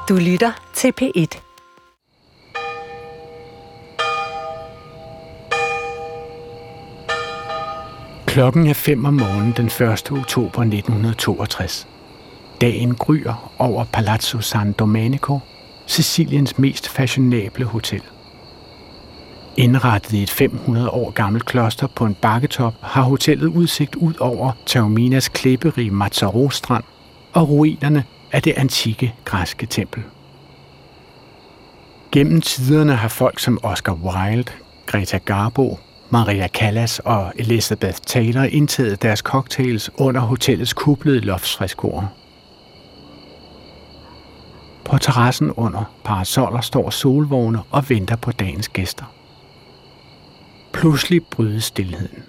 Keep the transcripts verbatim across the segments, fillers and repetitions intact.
Du lytter til P et. Klokken er fem om morgenen den første oktober nitten toogtres. Dagen gryer over Palazzo San Domenico, Siciliens mest fashionable hotel. Indrettet i et fem hundrede år gammelt kloster på en bakketop, har hotellet udsigt ud over Taorminas klipperige Mazzaro-strand og ruinerne af det antikke græske tempel. Gennem tiderne har folk som Oscar Wilde, Greta Garbo, Maria Callas og Elizabeth Taylor indtaget deres cocktails under hotellets kuplede loftsfreskoer. På terrassen under parasoller står solvågne og venter på dagens gæster. Pludselig brydes stilheden.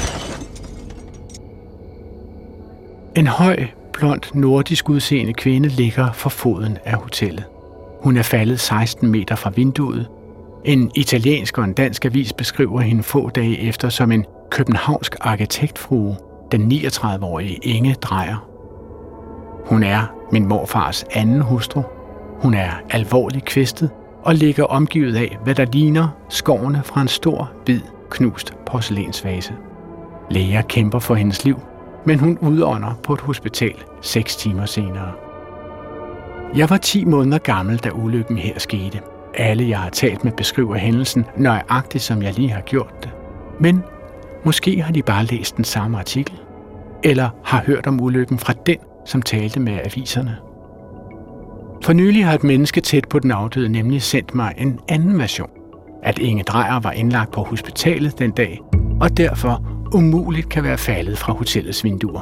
En høj, blond, nordisk udseende kvinde ligger for foden af hotellet. Hun er faldet seksten meter fra vinduet. En italiensk og en dansk avis beskriver hende få dage efter som en københavnsk arkitektfrue, den niogtredive-årige Inge Dreyer. Hun er min morfars anden hustru. Hun er alvorligt kvæstet og ligger omgivet af, hvad der ligner skovene fra en stor, hvid, knust porcelænsvase. Læger kæmper for hendes liv, men hun udånder på et hospital seks timer senere. Jeg var ti måneder gammel, da ulykken her skete. Alle, jeg har talt med, beskriver hændelsen nøjagtigt, som jeg lige har gjort det. Men måske har de bare læst den samme artikel, eller har hørt om ulykken fra den, som talte med aviserne. For nylig har et menneske tæt på den afdøde nemlig sendt mig en anden version, at Inge Dreyer var indlagt på hospitalet den dag, og derfor umuligt kan være faldet fra hotellets vinduer.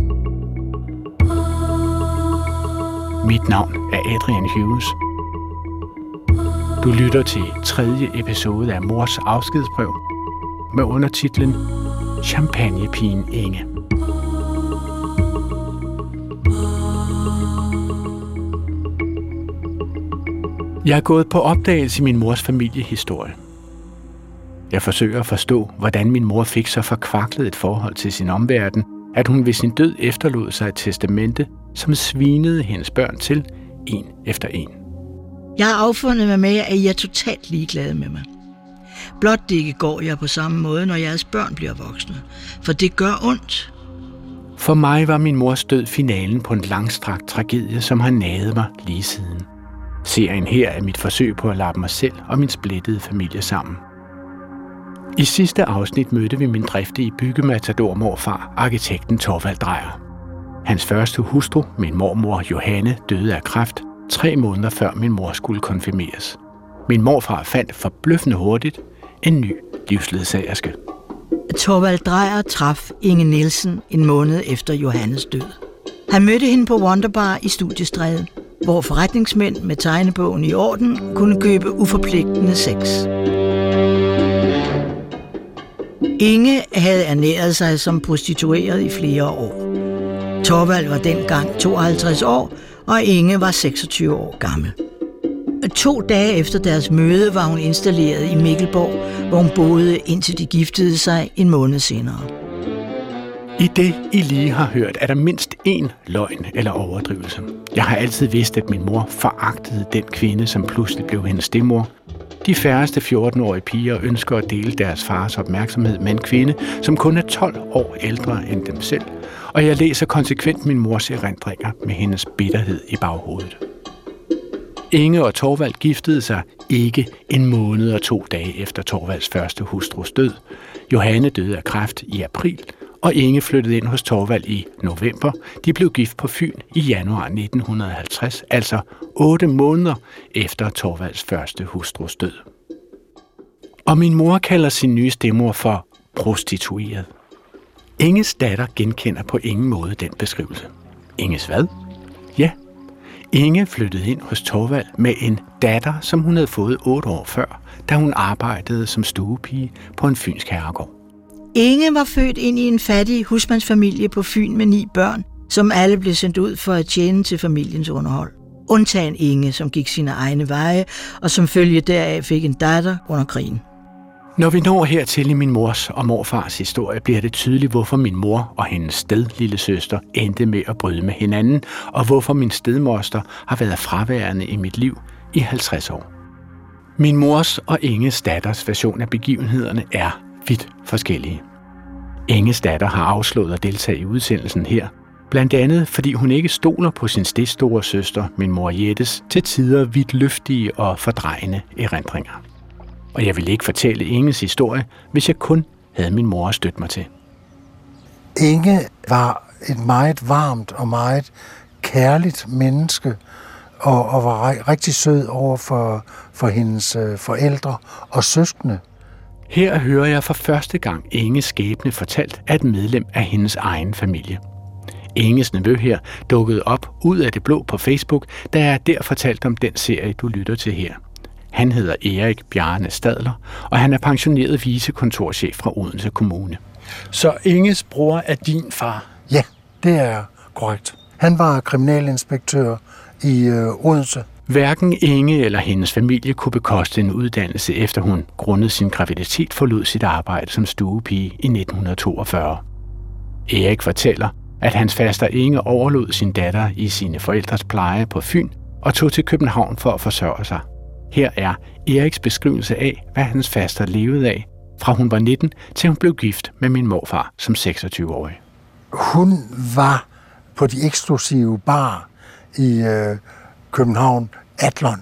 Mit navn er Adrian Hughes. Du lytter til tredje episode af Mors afskedsbrev med undertitlen Champagnepigen Inge. Jeg er gået på opdagelse i min mors familiehistorie. Jeg forsøger at forstå, hvordan min mor fik så forkvaklet et forhold til sin omverden, at hun ved sin død efterlod sig et testamente, som svinede hendes børn til en efter en. Jeg har affundet mig med, at I er totalt ligeglade med mig. Blot det ikke går jeg på samme måde, når jeres børn bliver voksne. For det gør ondt. For mig var min mors død finalen på en langstrakt tragedie, som har naget mig lige siden. Serien her er mit forsøg på at lappe mig selv og min splittede familie sammen. I sidste afsnit mødte vi min driftige byggematador-morfar, arkitekten Thorvald Dreyer. Hans første hustru, min mormor Johanne, døde af kræft, tre måneder før min mor skulle konfirmeres. Min morfar fandt forbløffende hurtigt en ny livsledsagerske. Thorvald Dreyer traf Inge Nielsen en måned efter Johannes død. Han mødte hende på Wonderbar i Studiestræde, hvor forretningsmænd med tegnebogen i orden kunne købe uforpligtende sex. Inge havde ernæret sig som prostitueret i flere år. Thorvald var dengang tooghalvtreds år, og Inge var seksogtyve år gammel. To dage efter deres møde var hun installeret i Mikkelborg, hvor hun boede indtil de giftede sig en måned senere. I det, I lige har hørt, er der mindst én løgn eller overdrivelse. Jeg har altid vidst, at min mor foragtede den kvinde, som pludselig blev hendes stedmor. De færreste fjorten-årige piger ønsker at dele deres fars opmærksomhed med en kvinde, som kun er tolv år ældre end dem selv, og jeg læser konsekvent min mors erindringer med hendes bitterhed i baghovedet. Inge og Thorvald giftede sig ikke en måned og to dage efter Thorvalds første hustrus død. Johanne døde af kræft i april, og Inge flyttede ind hos Thorvald i november. De blev gift på Fyn i januar nitten halvtreds, altså otte måneder efter Thorvalds første hustrus død. Og min mor kalder sin nye stedmor for prostitueret. Inges datter genkender på ingen måde den beskrivelse. Inges hvad? Ja, Inge flyttede ind hos Thorvald med en datter, som hun havde fået otte år før, da hun arbejdede som stuepige på en fynsk herregård. Inge var født ind i en fattig husmandsfamilie på Fyn med ni børn, som alle blev sendt ud for at tjene til familiens underhold. Undtagen Inge, som gik sine egne veje, og som følge deraf fik en datter under krigen. Når vi når hertil i min mors og morfars historie, bliver det tydeligt, hvorfor min mor og hendes stedlille søster endte med at bryde med hinanden, og hvorfor min stedmoster har været fraværende i mit liv i halvtreds år. Min mors og Inges datters version af begivenhederne er vidt forskellige. Inges datter har afslået at deltage i udsendelsen her, blandt andet fordi hun ikke stoler på sin stedstore søster, min mor Jettes, til tider vidt løftige og fordrejende erindringer. Og jeg ville ikke fortælle Inges historie, hvis jeg kun havde min mor at støtte mig til. Inge var et meget varmt og meget kærligt menneske, og, og var rigtig sød over for, for hendes øh, forældre og søskende. Her hører jeg for første gang Inges skæbne fortalt af et medlem af hendes egen familie. Inges nevø her dukkede op ud af det blå på Facebook, da jeg der fortalte om den serie, du lytter til her. Han hedder Erik Bjarne Stadler, og han er pensioneret vicekontorchef fra Odense Kommune. Så Inges bror er din far? Ja, det er korrekt. Han var kriminalinspektør i øh, Odense. Hverken Inge eller hendes familie kunne bekoste en uddannelse, efter hun grundet sin graviditet forlod sit arbejde som stuepige i nitten toogfyrre. Erik fortæller, at hans faster Inge overlod sin datter i sine forældres pleje på Fyn og tog til København for at forsørge sig. Her er Eriks beskrivelse af, hvad hans faster levede af, fra hun var nitten til hun blev gift med min morfar som seksogtyve-årig. Hun var på de eksklusive barer i øh, København, Adlon,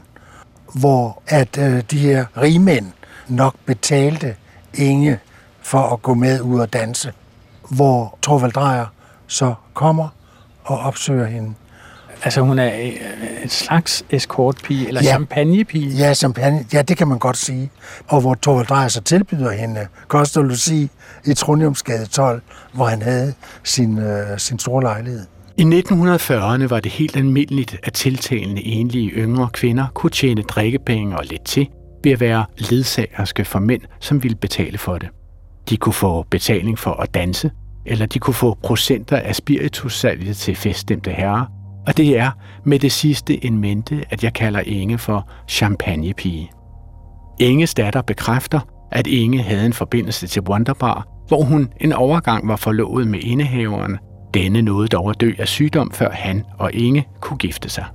hvor at øh, de her rigmænd nok betalte Inge for at gå med ud og danse, hvor Thorvald Dreyer så kommer og opsøger hende. Altså hun er en slags escortpige, eller ja. champagnepige? Ja, champagne, ja, det kan man godt sige. Og hvor Thorvald Dreyer så tilbyder hende Costa Lucie i Trondheimsgade tolv, hvor han havde sin, øh, sin store lejlighed. I nitten fyrrerne var det helt almindeligt, at tiltalende enlige yngre kvinder kunne tjene drikkepenge og lidt til ved at være ledsagerske for mænd, som ville betale for det. De kunne få betaling for at danse, eller de kunne få procenter af spiritussalget til feststemte herrer, og det er med det sidste en mente, at jeg kalder Inge for champagnepige. Inges datter bekræfter, at Inge havde en forbindelse til Wonderbar, hvor hun en overgang var forlovet med indehaveren. Denne nåede dog at dø af sygdom, før han og Inge kunne gifte sig.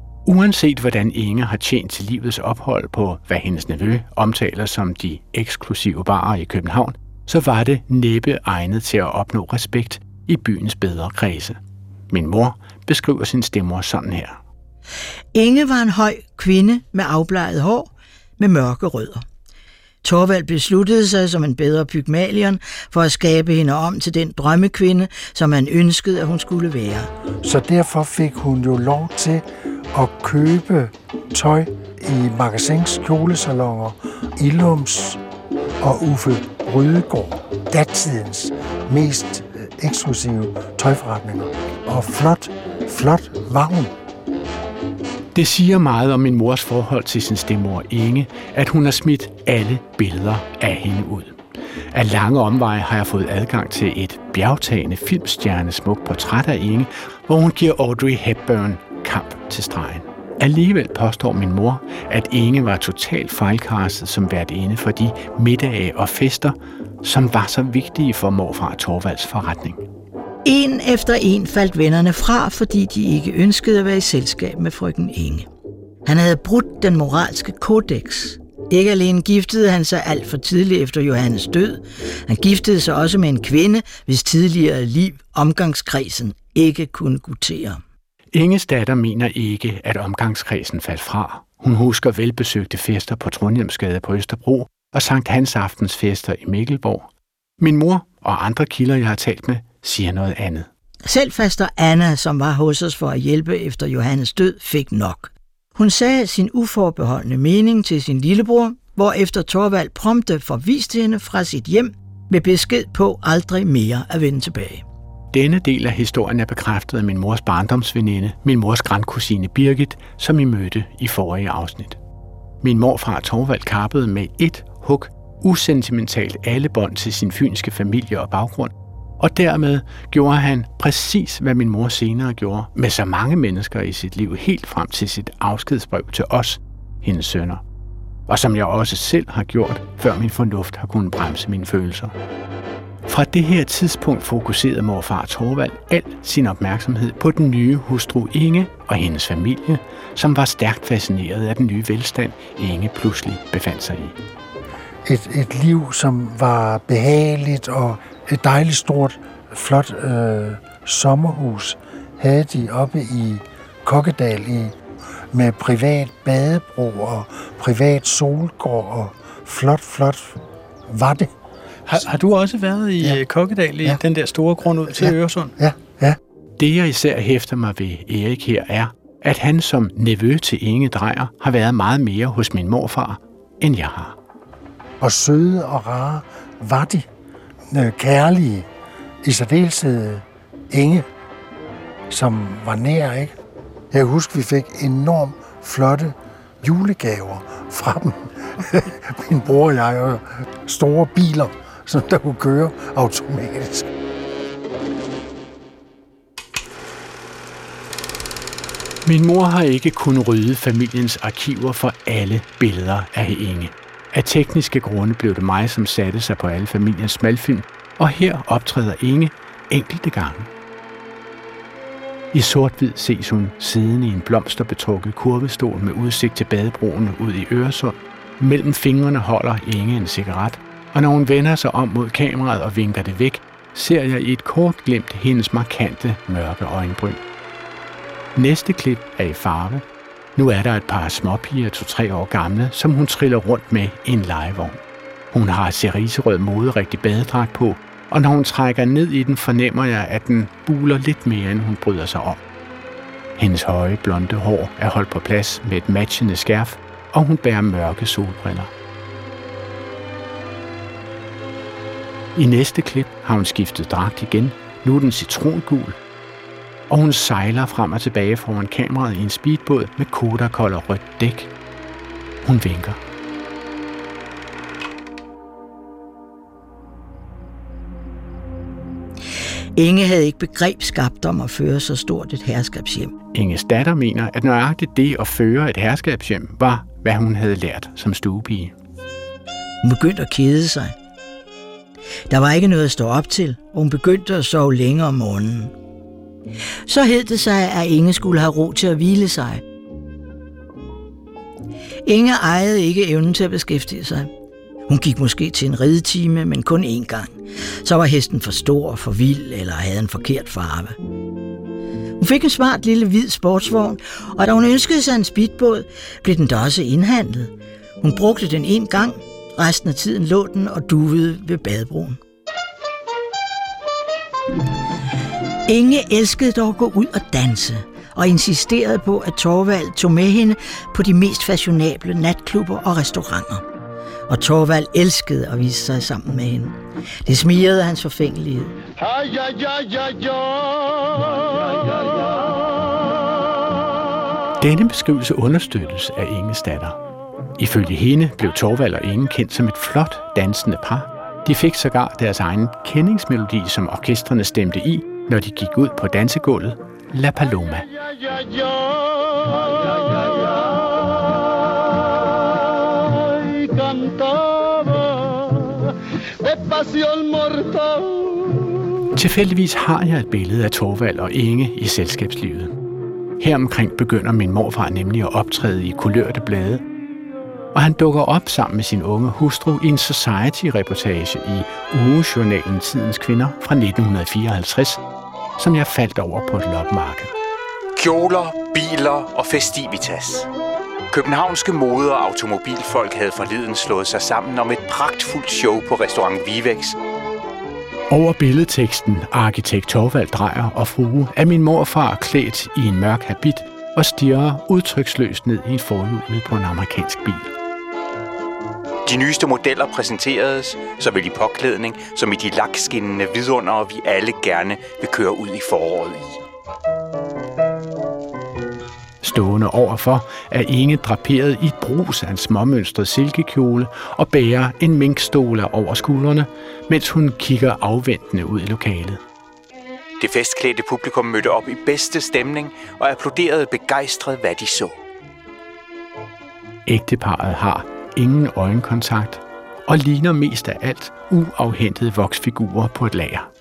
Uanset hvordan Inge har tjent til livets ophold på, hvad hendes nevø omtaler som de eksklusive barer i København, så var det næppe egnet til at opnå respekt i byens bedre kredse. Min mor beskriver sin stemmor sådan her. Inge var en høj kvinde med afbleget hår med mørke rødder. Thorvald besluttede sig som en bedre Pygmalion for at skabe hende om til den drømmekvinde, som han ønskede, at hun skulle være. Så derfor fik hun jo lov til at købe tøj i Magasins kjolesalonger, Illums og Uffe Rydegård, datidens mest eksklusive tøjforretninger. Og flot, flot var hun. Det siger meget om min mors forhold til sin stemmor Inge, at hun har smidt alle billeder af hende ud. Af lange omveje har jeg fået adgang til et bjergtagende filmstjernesmukt portræt af Inge, hvor hun giver Audrey Hepburn kamp til stregen. Alligevel påstår min mor, at Inge var totalt fejlkastet som værtinde for de middage og fester, som var så vigtige for morfar Thorvalds forretning. En efter en faldt vennerne fra, fordi de ikke ønskede at være i selskab med frøken Inge. Han havde brudt den moralske kodex. Ikke alene giftede han sig alt for tidligt efter Johannes død, han giftede sig også med en kvinde, hvis tidligere liv omgangskredsen ikke kunne gutere. Inges datter mener ikke, at omgangskredsen faldt fra. Hun husker velbesøgte fester på Trondheimsgade på Østerbro og Sankt Hans aftens fester i Mikkelborg. Min mor og andre kilder, jeg har talt med, siger noget andet. Selv faster Anna, som var hos os for at hjælpe efter Johannes død, fik nok. Hun sagde sin uforbeholdne mening til sin lillebror, hvorefter Thorvald prompte forviste hende fra sit hjem med besked på aldrig mere at vende tilbage. Denne del af historien er bekræftet af min mors barndomsveninde, min mors grandkusine Birgit, som I mødte i forrige afsnit. Min morfar Thorvald kappede med et hug usentimentalt alle bånd til sin fynske familie og baggrund, og dermed gjorde han præcis, hvad min mor senere gjorde med så mange mennesker i sit liv, helt frem til sit afskedsbrev til os, hendes sønner. og som jeg også selv har gjort, før min fornuft har kunnet bremse mine følelser. Fra det her tidspunkt fokuserede morfar Thorvald al sin opmærksomhed på den nye hustru Inge og hendes familie, som var stærkt fascineret af den nye velstand, Inge pludselig befandt sig i. Et, et liv, som var behageligt, og et dejligt stort, flot øh, sommerhus havde de oppe i Kokkedal i, med privat badebro og privat solgård og flot, flot var det. Har, har du også været i ja. Kokkedal i ja. den der store grund ud til ja. Øresund? Ja, ja. Det, jeg især hæfter mig ved Erik her, er, at han som nevø til Inge Drejer har været meget mere hos min morfar, end jeg har. Og søde og rare var de. Kærlige. I særdeleshed Inge, som var nær, ikke? Jeg husker, vi fik enormt flotte julegaver fra dem. Min bror og jeg, og store biler, som der kunne køre automatisk. Min mor har ikke kunnet rydde familiens arkiver for alle billeder af Inge. Af tekniske grunde blev det mig, som satte sig på alle familiens smalfilm, og her optræder Inge enkelte gange. I sort-hvid ses hun siddende i en blomsterbetrukket kurvestol med udsigt til badebroen ud i Øresund. Mellem fingrene holder Inge en cigaret, og når hun vender sig om mod kameraet og vinker det væk, ser jeg i et kort glimt hendes markante, mørke øjenbryn. Næste klip er i farve. Nu er der et par småpiger, to-tre år gamle, som hun triller rundt med i en legevogn. Hun har ceriserød moderigtig badedragt på, og når hun trækker ned i den, fornemmer jeg, at den buler lidt mere, end hun bryder sig om. Hendes høje, blonde hår er holdt på plads med et matchende skærf, og hun bærer mørke solbriller. I næste klip har hun skiftet dragt igen. Nu er den citrongul, og hun sejler frem og tilbage foran kameraet i en speedbåd med Kodak og rødt dæk. Hun vinker. Inge havde ikke begreb skabt om at føre så stort et herskabshjem. Inges datter mener, at nøjagtigt det at føre et herskabshjem var, hvad hun havde lært som stuepige. Hun begyndte at kede sig. Der var ikke noget at stå op til, og hun begyndte at sove længere om morgenen. Så hed det sig, at Inge skulle have ro til at hvile sig. Inge ejede ikke evnen til at beskæftige sig. Hun gik måske til en ridetime, men kun én gang. Så var hesten for stor, for vild eller havde en forkert farve. Hun fik en smart lille hvid sportsvogn, og da hun ønskede sig en speedbåd, blev den da også indhandlet. Hun brugte den en gang, resten af tiden lå den og duvede ved badebroen. Inge elskede dog at gå ud og danse, og insisterede på, at Thorvald tog med hende på de mest fashionable natklubber og restauranter. Og Thorvald elskede at vise sig sammen med hende. Det smirrede hans forfængelighed. Denne beskrivelse understøttes af Inges datter. Ifølge hende blev Thorvald og Inge kendt som et flot, dansende par. De fik sågar deres egen kendingsmelodi, som orkestrene stemte i, når de gik ud på dansegulvet, La Paloma. Tilfældigvis har jeg et billede af Thorvald og Inge i selskabslivet. Heromkring begynder min morfar nemlig at optræde i kulørte blade, og han dukker op sammen med sin unge hustru i en Society-reportage i ugejournalen Tidens Kvinder fra nitten fireoghalvtreds, som jeg faldt over på et loppemarked. Kjoler, biler og festivitas. Københavnske mode- og automobilfolk havde forleden slået sig sammen om et pragtfuldt show på restaurant Vivex. Over billedteksten Arkitekt Thorvald Drejer og frue er min morfar klædt i en mørk habit og stirrer udtryksløst ned i en forhjulet på en amerikansk bil. De nyeste modeller præsenteredes, såvel i påklædning som i de lakskinnende vidundere, vi alle gerne vil køre ud i foråret i. Stående overfor er Inge draperet i et brus af en småmønstret silkekjole og bærer en minkstole over skuldrene, mens hun kigger afventende ud i lokalet. Det festklædte publikum mødte op i bedste stemning og applauderede begejstret, hvad de så. Ægteparret har, ingen øjenkontakt og ligner mest af alt uafhentede voksfigurer på et lager.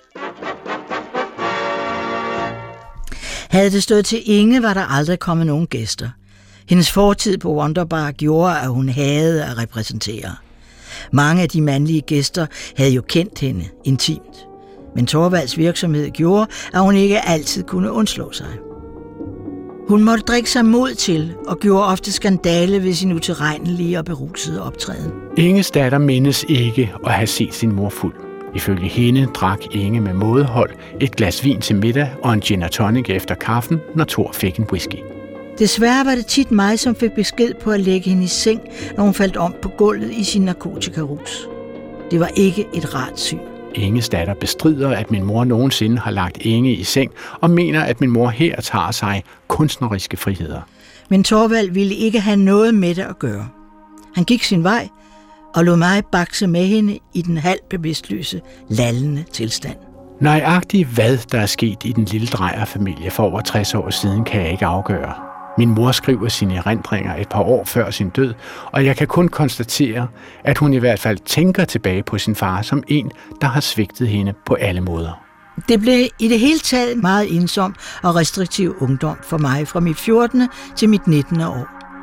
Havde det stået til Inge, var der aldrig kommet nogen gæster. Hendes fortid på Wonderbar gjorde, at hun havde at repræsentere. Mange af de mandlige gæster havde jo kendt hende intimt. Men Thorvalds virksomhed gjorde, at hun ikke altid kunne undslå sig. Hun måtte drikke sig mod til og gjorde ofte skandale ved sin utilregnelige og berusede optræden. Inges datter mindes ikke at have set sin mor fuld. Ifølge hende drak Inge med mådehold et glas vin til middag og en gin og tonic efter kaffen, når Thor fik en whisky. Desværre var det tit mig, som fik besked på at lægge hende i seng, når hun faldt om på gulvet i sin narkotikarus. Det var ikke et rart syn. Inges datter bestrider, at min mor nogensinde har lagt Inge i seng, og mener, at min mor her tager sig kunstneriske friheder. Men Thorvald ville ikke have noget med det at gøre. Han gik sin vej og lod mig bakse med hende i den halvt bevidstløse, lallende tilstand. Nøjagtigt hvad der er sket i den lille Drejer-familie for over tres år siden, kan jeg ikke afgøre. Min mor skriver sine erindringer et par år før sin død, og jeg kan kun konstatere, at hun i hvert fald tænker tilbage på sin far som en, der har svigtet hende på alle måder. Det blev i det hele taget meget ensom og restriktiv ungdom for mig fra mit fjortende til mit nittende år.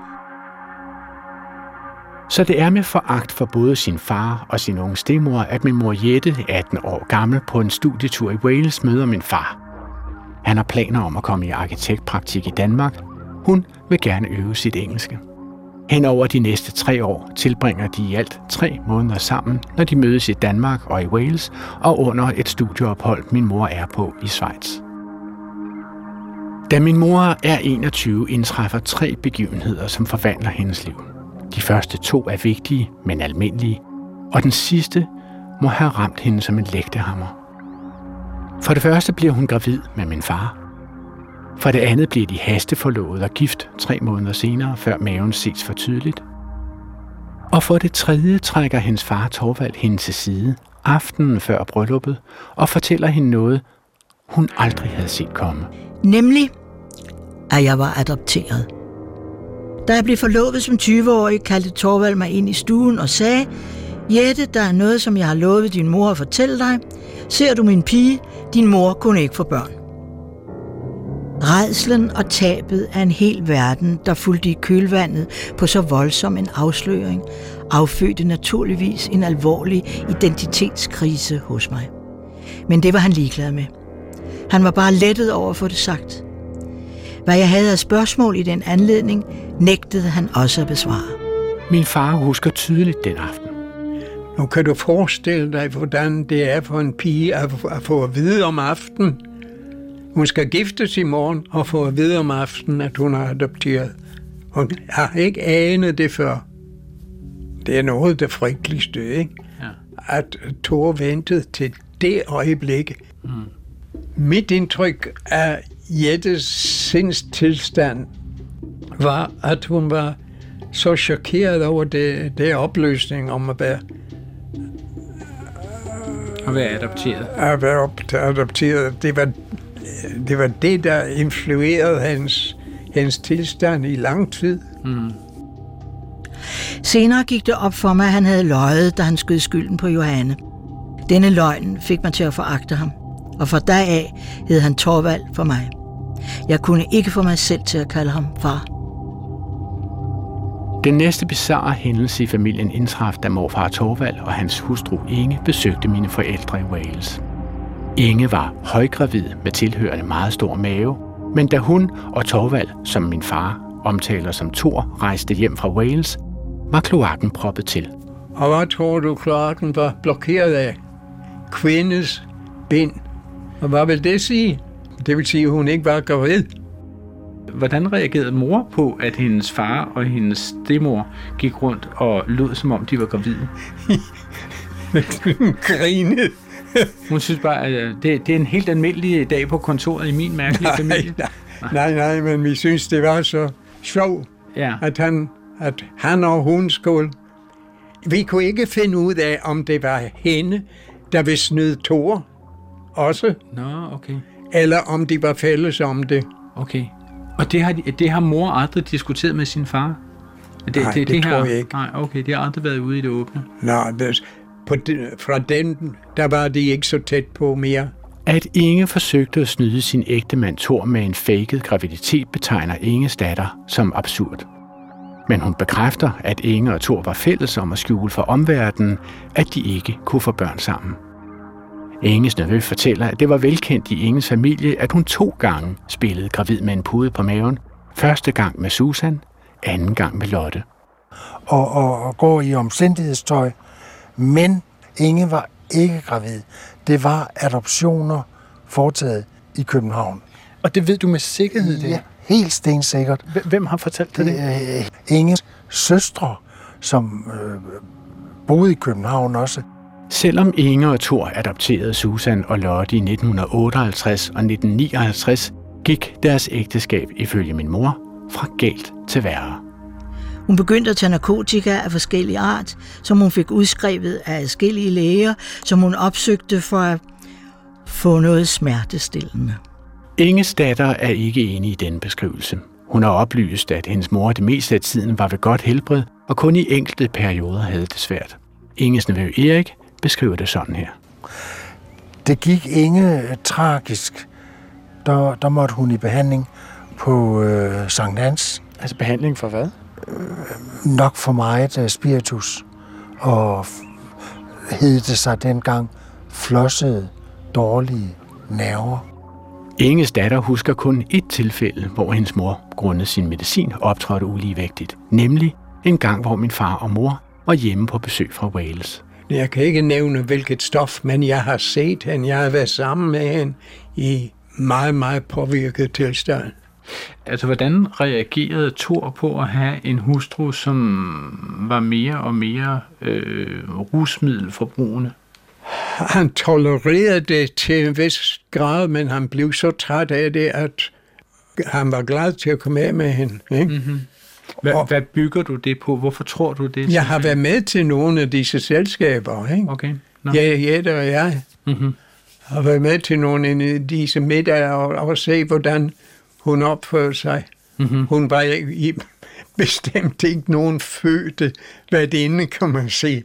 Så det er med foragt for både sin far og sin unge stedmor, at min mor Jette, atten år gammel, på en studietur i Wales møder min far. Han har planer om at komme i arkitektpraktik i Danmark. Hun vil gerne øve sit engelske. Hen over de næste tre år tilbringer de i alt tre måneder sammen, når de mødes i Danmark og i Wales, og under et studieophold, min mor er på i Schweiz. Da min mor er enogtyve, indtræffer tre begivenheder, som forvandler hendes liv. De første to er vigtige, men almindelige, og den sidste må have ramt hende som en lægtehammer. For det første bliver hun gravid med min far. For det andet bliver de hasteforlovet og gift tre måneder senere, før maven ses for tydeligt. Og for det tredje trækker hendes far Thorvald hende til side aftenen før brylluppet og fortæller hende noget, hun aldrig havde set komme. Nemlig, at jeg var adopteret. Da jeg blev forlovet som tyve-årig, kaldte Thorvald mig ind i stuen og sagde: Jette, der er noget, som jeg har lovet din mor at fortælle dig. Ser du min pige? Din mor kunne ikke få børn. Rædslen og tabet af en hel verden, der fulgte i kølvandet på så voldsom en afsløring, affødte naturligvis en alvorlig identitetskrise hos mig. Men det var han ligeglad med. Han var bare lettet over at få det sagt. Hvad jeg havde af spørgsmål i den anledning, nægtede han også at besvare. Min far husker tydeligt den aften. Nu kan du forestille dig, hvordan det er for en pige at få at vide om aftenen. Hun skal giftes i morgen og få at vide om aftenen, at hun er adopteret. Hun har ikke anet det før. Det er noget det frygteligste, ikke? Ja. At Thor ventede til det øjeblik. Mm. Mit indtryk af Jettes sindstilstand var, at hun var så chokeret over det, det opløsning om at være at være adopteret. At være adopteret. Det var det, var det der influerede hans, hans tilstand i lang tid. Mm. Senere gik det op for mig, at han havde løjet, da han skød skylden på Johanne. Denne løgn fik mig til at foragte ham, og fra dag af hed han Thorvald for mig. Jeg kunne ikke få mig selv til at kalde ham far. Den næste bizarre hændelse i familien indtraf, da morfar Thorvald og hans hustru Inge besøgte mine forældre i Wales. Inge var højgravid med tilhørende meget stor mave, men da hun og Thorvald, som min far omtaler som Thor, rejste hjem fra Wales, var kloakken proppet til. Og hvad tror du, kloakken var blokeret af? Kvindes bind. Og hvad vil det sige? Det vil sige, at hun ikke var gravid. Hvordan reagerede mor på, at hendes far og hendes stedmor gik rundt og lød, som om de var gravide? Hun grinede. Hun synes bare, at det, det er en helt almindelig dag på kontoret i min mærkelige nej, familie. Nej, nej, nej, men vi synes, det var så sjovt, ja. at, han, at han og hun skulle. Vi kunne ikke finde ud af, om det var hende, der ville snyde Thor også. Nå, okay. Eller om de var fælles om det. Okay. Og det har, det har mor aldrig diskuteret med sin far? Det, Nej, det, det her, tror jeg ikke. Nej, okay, de har aldrig været ude i det åbne. Nej, på den, fra den, der var de ikke så tæt på mere. At Inge forsøgte at snyde sin ægtemand Thor med en faked graviditet, betegner Inges datter som absurd. Men hun bekræfter, at Inge og Thor var fælles om at skjule for omverdenen, at de ikke kunne få børn sammen. Inges nevø fortæller, at det var velkendt i Inges familie, at hun to gange spillede gravid med en pude på maven. Første gang med Susan, anden gang med Lotte. Og, og, og gå i omstændighedstøj. Men Inge var ikke gravid. Det var adoptioner foretaget i København. Og det ved du med sikkerhed, det? Ja, helt stensikkert. Hvem har fortalt dig det? det? Øh, Inges søstre, som øh, boede i København også. Selvom Inge og Thor adopterede Susan og Lotte i nitten otteoghalvtreds og nitten nioghalvtreds, gik deres ægteskab ifølge min mor fra galt til værre. Hun begyndte at tage narkotika af forskellige art, som hun fik udskrevet af adskillige læger, som hun opsøgte for at få noget smertestillende. Inges datter er ikke enig i denne beskrivelse. Hun har oplyst, at hendes mor det meste af tiden var ved godt helbred, og kun i enkelte perioder havde det svært. Inges nevø Erik beskriver det sådan her. Det gik Inge tragisk. Der, der måtte hun i behandling på øh, Sankt Hans. Altså behandling for hvad? Nok for meget uh, spiritus, og hed det sig dengang flossede, dårlige nerver. Inges datter husker kun ét tilfælde, hvor hendes mor grundet sin medicin optrådte uligevægtigt. Nemlig en gang, hvor min far og mor var hjemme på besøg fra Wales. Jeg kan ikke nævne, hvilket stof, men jeg har set hende. Jeg har været sammen med hende i meget, meget påvirket tilstand. Altså, hvordan reagerede Thor på at have en hustru, som var mere og mere øh, rusmiddelforbrugende? Han tolererede det til en vis grad, men han blev så træt af det, at han var glad til at komme af med hende. Ikke? Mm-hmm. Hvad, og, hvad bygger du det på? Hvorfor tror du det? Jeg har været med til nogle af disse selskaber. Ikke? Okay. No. Ja, Jette og jeg mm-hmm. har været med til nogle af disse middage og, og se, hvordan hun opførte sig. Mm-hmm. Hun var i, bestemt ikke nogen fødte værtinde, kan man sige.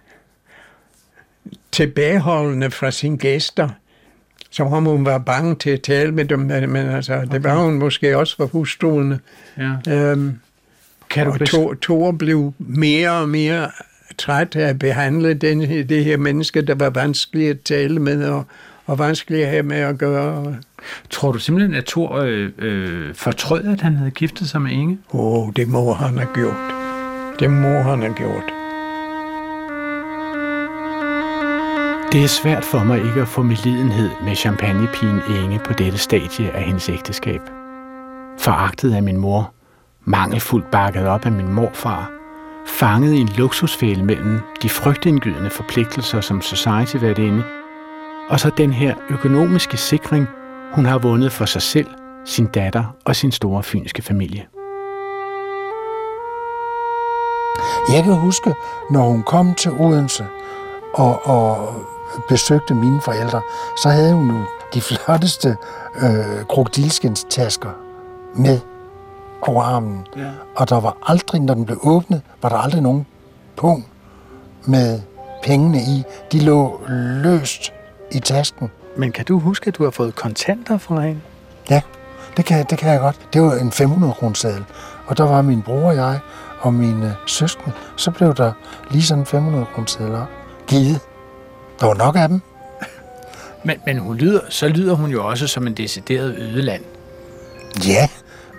Tilbageholdende fra sine gæster, som om hun var bange til at tale med dem, men altså, okay. Det var hun måske også for hustruerne. Ja. Øhm, kan du og Thor, Thor blev mere og mere træt af at behandle den, det her menneske, der var vanskelig at tale med og, og vanskelig at have med at gøre. Tror du simpelthen, at Thor øh, øh, fortrød, at han havde giftet sig med Inge? Åh, oh, det må han have gjort. Det må han have gjort. Det er svært for mig ikke at få medlidenhed med champagnepigen Inge på dette stadie af hendes ægteskab. Foragtet af min mor, mangelfuldt bakket op af min morfar, fanget i en luksusfælde mellem de frygtindgydende forpligtelser som society-værtinde, og så den her økonomiske sikring, hun har vundet for sig selv, sin datter og sin store fynske familie. Jeg kan huske, når hun kom til Odense og, og besøgte mine forældre, så havde hun nu de flotteste øh, krokodilskinstasker med over armen. Ja. Og der var aldrig, når den blev åbnet, var der aldrig nogen punkt med pengene i. De lå løst i tasken. Men kan du huske, at du har fået kontanter fra hende? Ja, det kan, det kan jeg godt. Det var en fem hundrede kroner seddel. Og der var min bror og jeg og mine søskende. Så blev der lige sådan en fem hundrede kroner sedler givet. Der var nok af dem. Men, men hun lyder, så lyder hun jo også som en decideret ødeland. Ja.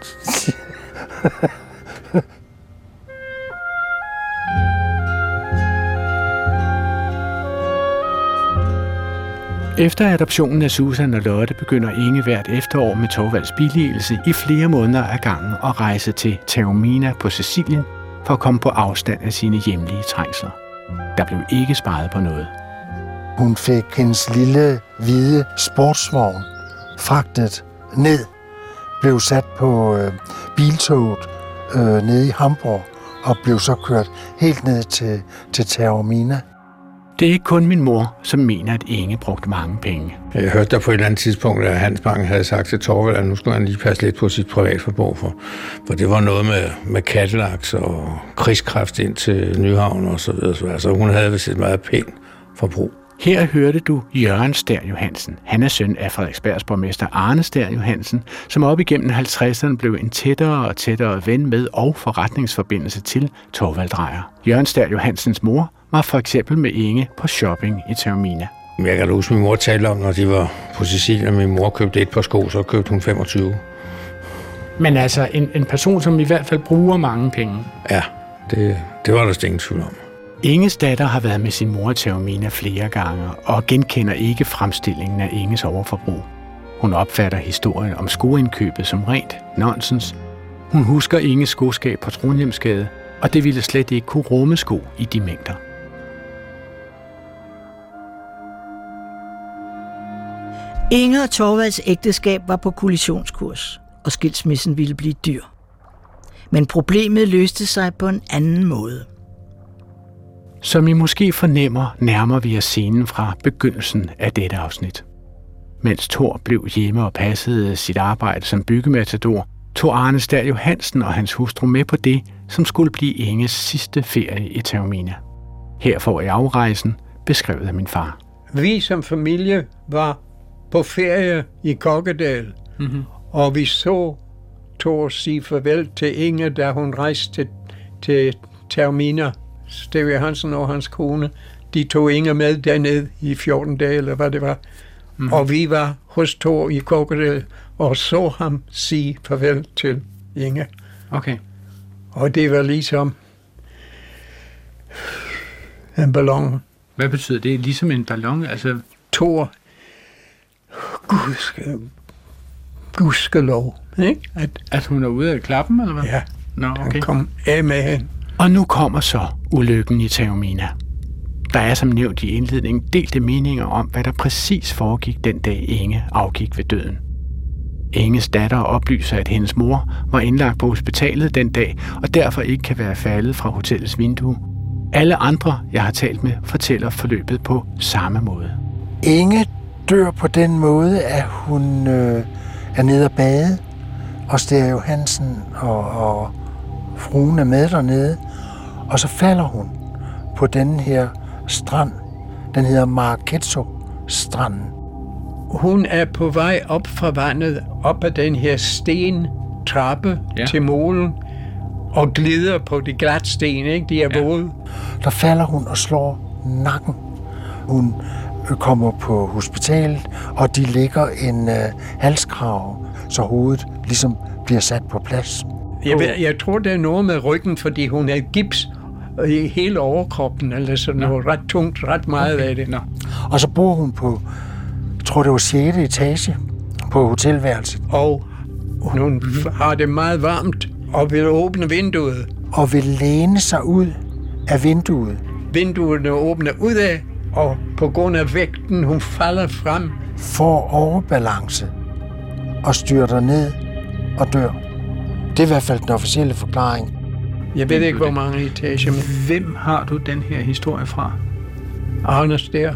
Efter adoptionen af Susan og Lotte begynder Inge hvert efterår med Thorvalds billigelse i flere måneder af gangen at rejse til Taormina på Sicilien for at komme på afstand af sine hjemlige trængsler. Der blev ikke sparet på noget. Hun fik hendes lille, hvide sportsvogn fragtet ned, blev sat på øh, biltoget øh, nede i Hamburg og blev så kørt helt ned til, til Taormina. Det er ikke kun min mor, som mener, at Inge brugte mange penge. Jeg hørte der på et eller andet tidspunkt, at Handelsbanken havde sagt til Thorvald, at nu skulle han lige passe lidt på sit privatforbrug, for, for det var noget med, med Cadillacs og krigskræft ind til Nyhavn og så videre. Så altså, hun havde vist et meget pænt forbrug. Her hørte du Jørgen Stær Johansen. Han er søn af Frederiksbergs borgmester Arne Stær Johansen, som op igennem halvtredserne blev en tættere og tættere ven med og forretningsforbindelse til Thorvald Dreyer. Jørgen Stær Johansens mor var for eksempel med Inge på shopping i Taormina. Jeg kan da huske, min mor talte om, når de var på Sicilien, og min mor købte et par sko, så købte hun femogtyve. Men altså en, en person, som i hvert fald bruger mange penge. Ja, det, det var der ingen tvivl om. Inges datter har været med sin mor i Taormina flere gange og genkender ikke fremstillingen af Inges overforbrug. Hun opfatter historien om skoindkøbet som rent nonsens. Hun husker Inges skoskab på Trondheimsgade, og det ville slet ikke kunne rumme sko i de mængder. Inge og Thorvalds ægteskab var på kollisionskurs, og skilsmissen ville blive dyr. Men problemet løste sig på en anden måde. Som I måske fornemmer, nærmer vi os scenen fra begyndelsen af dette afsnit. Mens Thor blev hjemme og passede sit arbejde som byggematador, tog Arne Stær Johansen og hans hustru med på det, som skulle blive Inges sidste ferie i Taormina. Her får jeg afrejsen, beskrevet af min far. Vi som familie var på ferie i Kokkedal, mm-hmm. og vi så Thor sige farvel til Inge, da hun rejste til, til Taormina. Steve Hansen og hans kone, de tog Inge med dernede i fjorten dage, eller hvad det var. Mm. Og vi var hos Thor i Kokkedal og så ham sige farvel til Inge. Okay. Og det var ligesom en ballon. Hvad betyder det? Ligesom en ballon? Altså... Thor, gudskelov, ikke? At, at hun er ude af klappen, eller hvad? Ja, Nå, okay. Han kom af med hende. Og nu kommer så ulykken i Taormina. Der er som nævnt i indledningen delte meninger om, hvad der præcis foregik den dag Inge afgik ved døden. Inges datter oplyser, at hendes mor var indlagt på hospitalet den dag, og derfor ikke kan være faldet fra hotellets vindue. Alle andre, jeg har talt med, fortæller forløbet på samme måde. Inge dør på den måde, at hun øh, er nede at bade, og Stær Johansen og, og fruen er med dernede, og så falder hun på den her strand. Den hedder Marquezzo-stranden. Hun er på vej op fra vandet, op ad den her stentrappe ja. til molen, og glider på de glatte sten, ikke? De er ja. våde. Der falder hun og slår nakken. Hun kommer på hospitalet, og de lægger en øh, halskrave, så hovedet ligesom bliver sat på plads. Jeg, ved, jeg tror, det er noget med ryggen, fordi hun er gips i hele overkroppen, eller sådan noget ret tungt, ret meget okay. af det. Nå. Og så bor hun på, jeg tror det var sjette etage på hotelværelset. Og hun har det meget varmt og vil åbne vinduet. Og vil læne sig ud af vinduet. Vinduet åbner ud af, og på grund af vægten, hun falder frem. Får overbalance og styrter ned og dør. Det er i hvert fald den officielle forklaring. Jeg ved ikke, hvor mange etager. Men... Hvem har du den her historie fra? Arne Stær.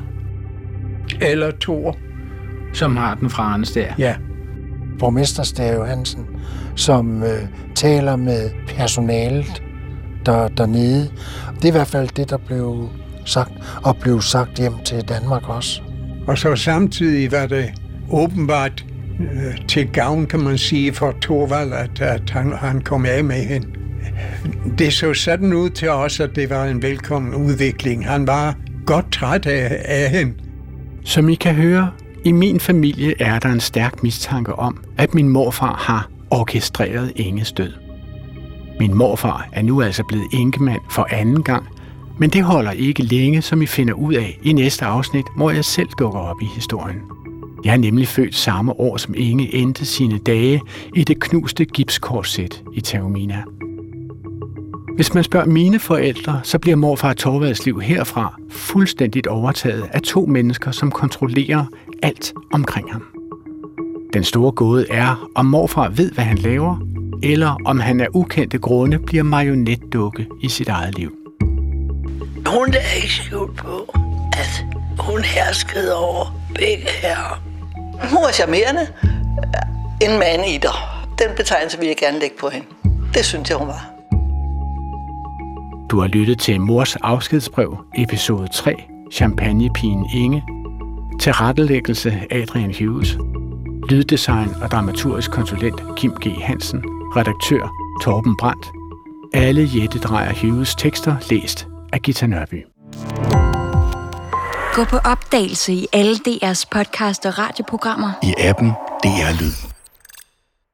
Eller Thor. Som har den fra Arne Stær? Ja. Borgmester Stær Johansen, som øh, taler med personalet der, dernede. Det er i hvert fald det, der blev sagt, og blev sagt hjem til Danmark også. Og så samtidig var det åbenbart øh, til gavn, kan man sige, for Thorvald, at, at han, han kom af med hende. Det så sådan ud til os, at det var en velkommen udvikling. Han var godt træt af, af hende. Som I kan høre, i min familie er der en stærk mistanke om, at min morfar har orkestreret Inges død. Min morfar er nu altså blevet enkemand for anden gang, men det holder ikke længe, som I finder ud af i næste afsnit, hvor jeg selv dukker op i historien. Jeg er nemlig født samme år, som Inge endte sine dage i det knuste gipskorset i Taormina. Hvis man spørger mine forældre, så bliver morfar Thorvalds liv herfra fuldstændigt overtaget af to mennesker, som kontrollerer alt omkring ham. Den store gåde er, om morfar ved, hvad han laver, eller om han af ukendte grunde bliver marionetdukke i sit eget liv. Hun er ikke skjult på, at at hun herskede over begge herrer. Hun var charmerende. En man-eater. Den betegnelse vil jeg gerne lægge på hende. Det synes jeg, hun var. Du har lyttet til Mors afskedsbrev, episode tre, Champagnepigen Inge. Tilrettelæggelse Adrian Hughes. Lyddesign og dramaturgisk konsulent Kim G. Hansen. Redaktør Torben Brandt. Alle Jette Drejer Hughes tekster læst af Gita Nørby. Gå på opdagelse i alle D R's podcast og radioprogrammer. I appen D R Lyd.